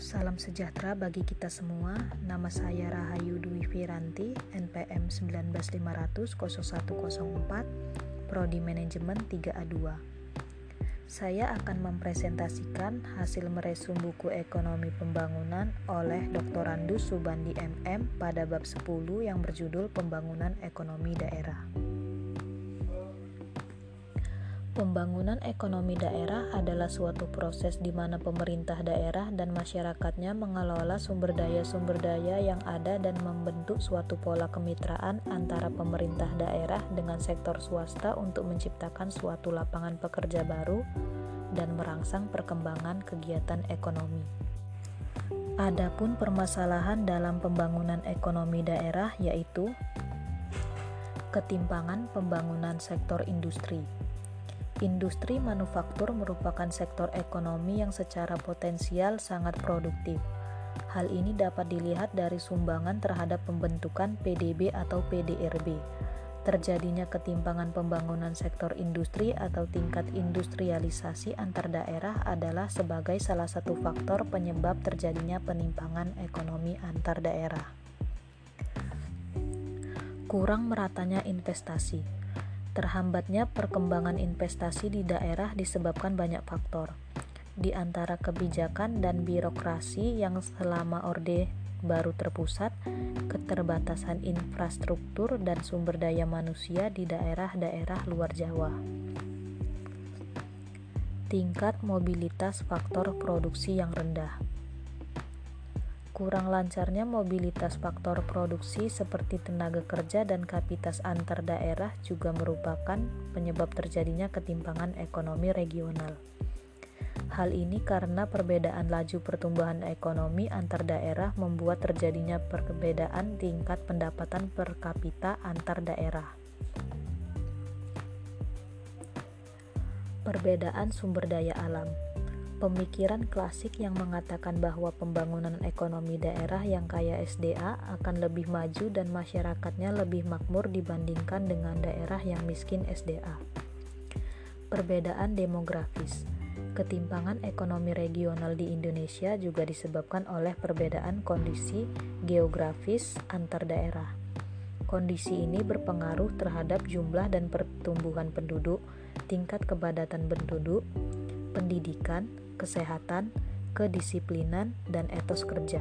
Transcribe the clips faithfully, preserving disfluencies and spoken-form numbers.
Salam sejahtera bagi kita semua. Nama saya Rahayu Dwi Firanti, N P M sembilan belas lima ratus nol satu nol empat, Prodi Manajemen tiga A dua. Saya akan mempresentasikan hasil meresum buku Ekonomi Pembangunan oleh doktor Randus Subandi M M pada bab sepuluh yang berjudul Pembangunan Ekonomi Daerah. Pembangunan ekonomi daerah adalah suatu proses di mana pemerintah daerah dan masyarakatnya mengelola sumber daya-sumber daya yang ada dan membentuk suatu pola kemitraan antara pemerintah daerah dengan sektor swasta untuk menciptakan suatu lapangan pekerja baru dan merangsang perkembangan kegiatan ekonomi. Adapun permasalahan dalam pembangunan ekonomi daerah yaitu ketimpangan pembangunan sektor industri. Industri manufaktur merupakan sektor ekonomi yang secara potensial sangat produktif. Hal ini dapat dilihat dari sumbangan terhadap pembentukan P D B atau P D R B. Terjadinya ketimpangan pembangunan sektor industri atau tingkat industrialisasi antar daerah adalah sebagai salah satu faktor penyebab terjadinya penimpangan ekonomi antar daerah. Kurang meratanya investasi. Terhambatnya perkembangan investasi di daerah disebabkan banyak faktor, di antara kebijakan dan birokrasi yang selama Orde Baru terpusat, keterbatasan infrastruktur dan sumber daya manusia di daerah-daerah luar Jawa. Tingkat mobilitas faktor produksi yang rendah. Kurang lancarnya mobilitas faktor produksi seperti tenaga kerja dan kapital antar daerah juga merupakan penyebab terjadinya ketimpangan ekonomi regional. Hal ini karena perbedaan laju pertumbuhan ekonomi antar daerah membuat terjadinya perbedaan tingkat pendapatan per kapita antar daerah. Perbedaan sumber daya alam. Pemikiran klasik yang mengatakan bahwa pembangunan ekonomi daerah yang kaya S D A akan lebih maju dan masyarakatnya lebih makmur dibandingkan dengan daerah yang miskin S D A. Perbedaan demografis. Ketimpangan ekonomi regional di Indonesia juga disebabkan oleh perbedaan kondisi geografis antar daerah. Kondisi ini berpengaruh terhadap jumlah dan pertumbuhan penduduk, tingkat kepadatan penduduk, pendidikan, kesehatan, kedisiplinan, dan etos kerja.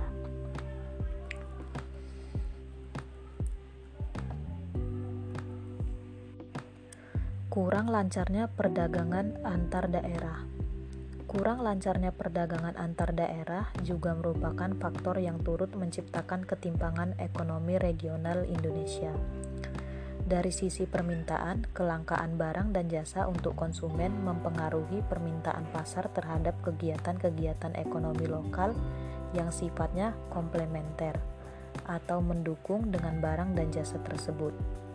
Kurang lancarnya perdagangan antar daerah. Kurang lancarnya perdagangan antar daerah juga merupakan faktor yang turut menciptakan ketimpangan ekonomi regional Indonesia. Dari sisi permintaan, kelangkaan barang dan jasa untuk konsumen mempengaruhi permintaan pasar terhadap kegiatan-kegiatan ekonomi lokal yang sifatnya komplementer atau mendukung dengan barang dan jasa tersebut.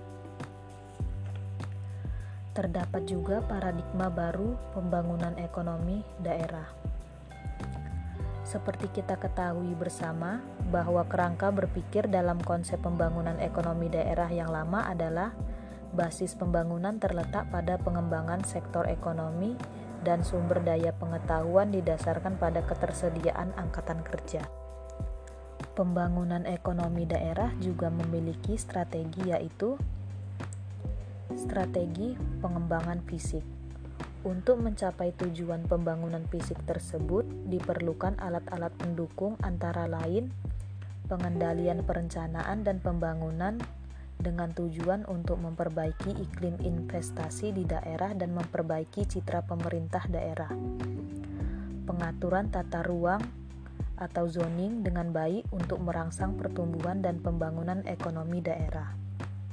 Terdapat juga paradigma baru pembangunan ekonomi daerah. Seperti kita ketahui bersama bahwa kerangka berpikir dalam konsep pembangunan ekonomi daerah yang lama adalah basis pembangunan terletak pada pengembangan sektor ekonomi dan sumber daya pengetahuan didasarkan pada ketersediaan angkatan kerja. Pembangunan ekonomi daerah juga memiliki strategi yaitu strategi pengembangan fisik. Untuk mencapai tujuan pembangunan fisik tersebut, diperlukan alat-alat pendukung antara lain pengendalian perencanaan dan pembangunan dengan tujuan untuk memperbaiki iklim investasi di daerah dan memperbaiki citra pemerintah daerah. Pengaturan tata ruang atau zoning dengan baik untuk merangsang pertumbuhan dan pembangunan ekonomi daerah.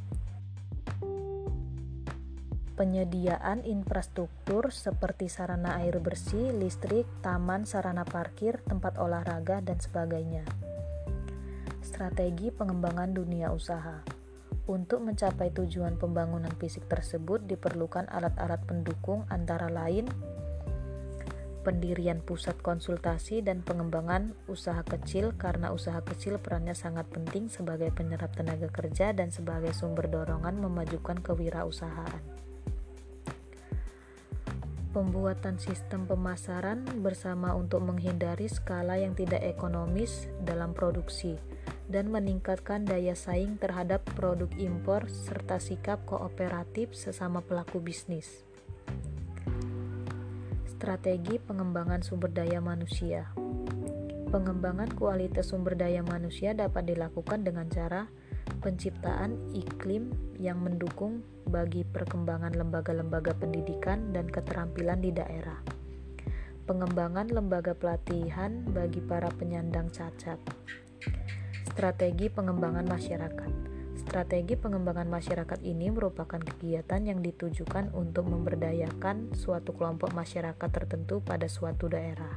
Penyediaan infrastruktur seperti sarana air bersih, listrik, taman, sarana parkir, tempat olahraga, dan sebagainya. Strategi pengembangan dunia usaha. Untuk mencapai tujuan pembangunan fisik tersebut diperlukan alat-alat pendukung antara lain pendirian pusat konsultasi dan pengembangan usaha kecil karena usaha kecil perannya sangat penting sebagai penyerap tenaga kerja dan sebagai sumber dorongan memajukan kewirausahaan. Pembuatan sistem pemasaran bersama untuk menghindari skala yang tidak ekonomis dalam produksi dan meningkatkan daya saing terhadap produk impor serta sikap kooperatif sesama pelaku bisnis. Strategi pengembangan sumber daya manusia. Pengembangan kualitas sumber daya manusia dapat dilakukan dengan cara penciptaan iklim yang mendukung bagi perkembangan lembaga-lembaga pendidikan dan keterampilan di daerah. Pengembangan lembaga pelatihan bagi para penyandang cacat. Strategi pengembangan masyarakat. Strategi pengembangan masyarakat ini merupakan kegiatan yang ditujukan untuk memberdayakan suatu kelompok masyarakat tertentu pada suatu daerah.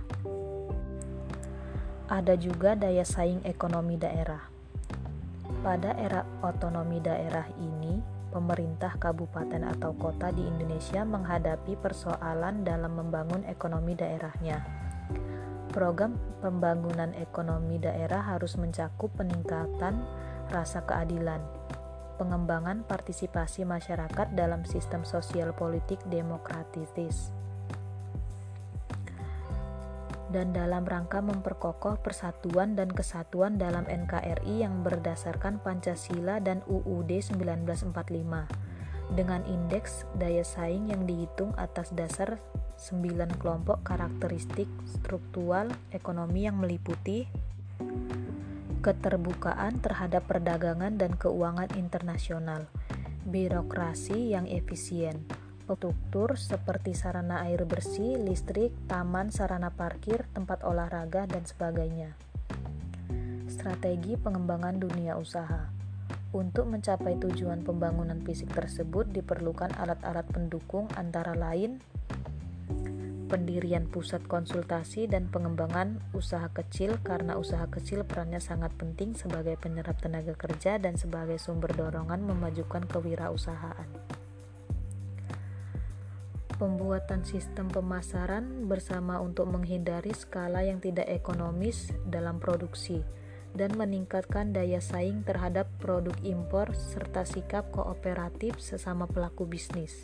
Ada juga daya saing ekonomi daerah. Pada era otonomi daerah ini, pemerintah kabupaten atau kota di Indonesia menghadapi persoalan dalam membangun ekonomi daerahnya. Program pembangunan ekonomi daerah harus mencakup peningkatan rasa keadilan, pengembangan partisipasi masyarakat dalam sistem sosial politik demokratis, dan dalam rangka memperkokoh persatuan dan kesatuan dalam N K R I yang berdasarkan Pancasila dan U U D seribu sembilan ratus empat puluh lima dengan indeks daya saing yang dihitung atas dasar sembilan kelompok karakteristik struktural ekonomi yang meliputi keterbukaan terhadap perdagangan dan keuangan internasional, birokrasi yang efisien, struktur seperti sarana air bersih, listrik, taman, sarana parkir, tempat olahraga, dan sebagainya. Strategi pengembangan dunia usaha. Untuk mencapai tujuan pembangunan fisik tersebut diperlukan alat-alat pendukung antara lain pendirian pusat konsultasi dan pengembangan usaha kecil karena usaha kecil perannya sangat penting sebagai penyerap tenaga kerja dan sebagai sumber dorongan memajukan kewirausahaan. Pembuatan sistem pemasaran bersama untuk menghindari skala yang tidak ekonomis dalam produksi dan meningkatkan daya saing terhadap produk impor serta sikap kooperatif sesama pelaku bisnis.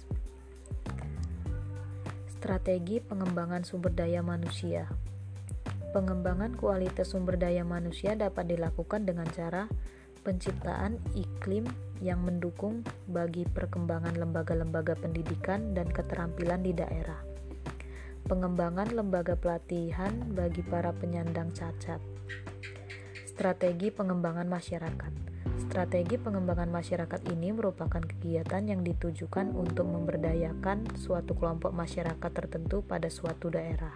Strategi pengembangan sumber daya manusia. Pengembangan kualitas sumber daya manusia dapat dilakukan dengan cara penciptaan iklim yang mendukung bagi perkembangan lembaga-lembaga pendidikan dan keterampilan di daerah. Pengembangan lembaga pelatihan bagi para penyandang cacat. Strategi pengembangan masyarakat. Strategi pengembangan masyarakat ini merupakan kegiatan yang ditujukan untuk memberdayakan suatu kelompok masyarakat tertentu pada suatu daerah.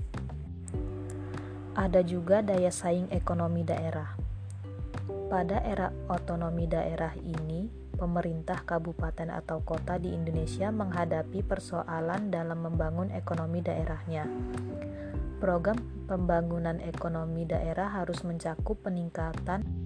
Ada juga daya saing ekonomi daerah. Pada era otonomi daerah ini, pemerintah kabupaten atau kota di Indonesia menghadapi persoalan dalam membangun ekonomi daerahnya. Program pembangunan ekonomi daerah harus mencakup peningkatan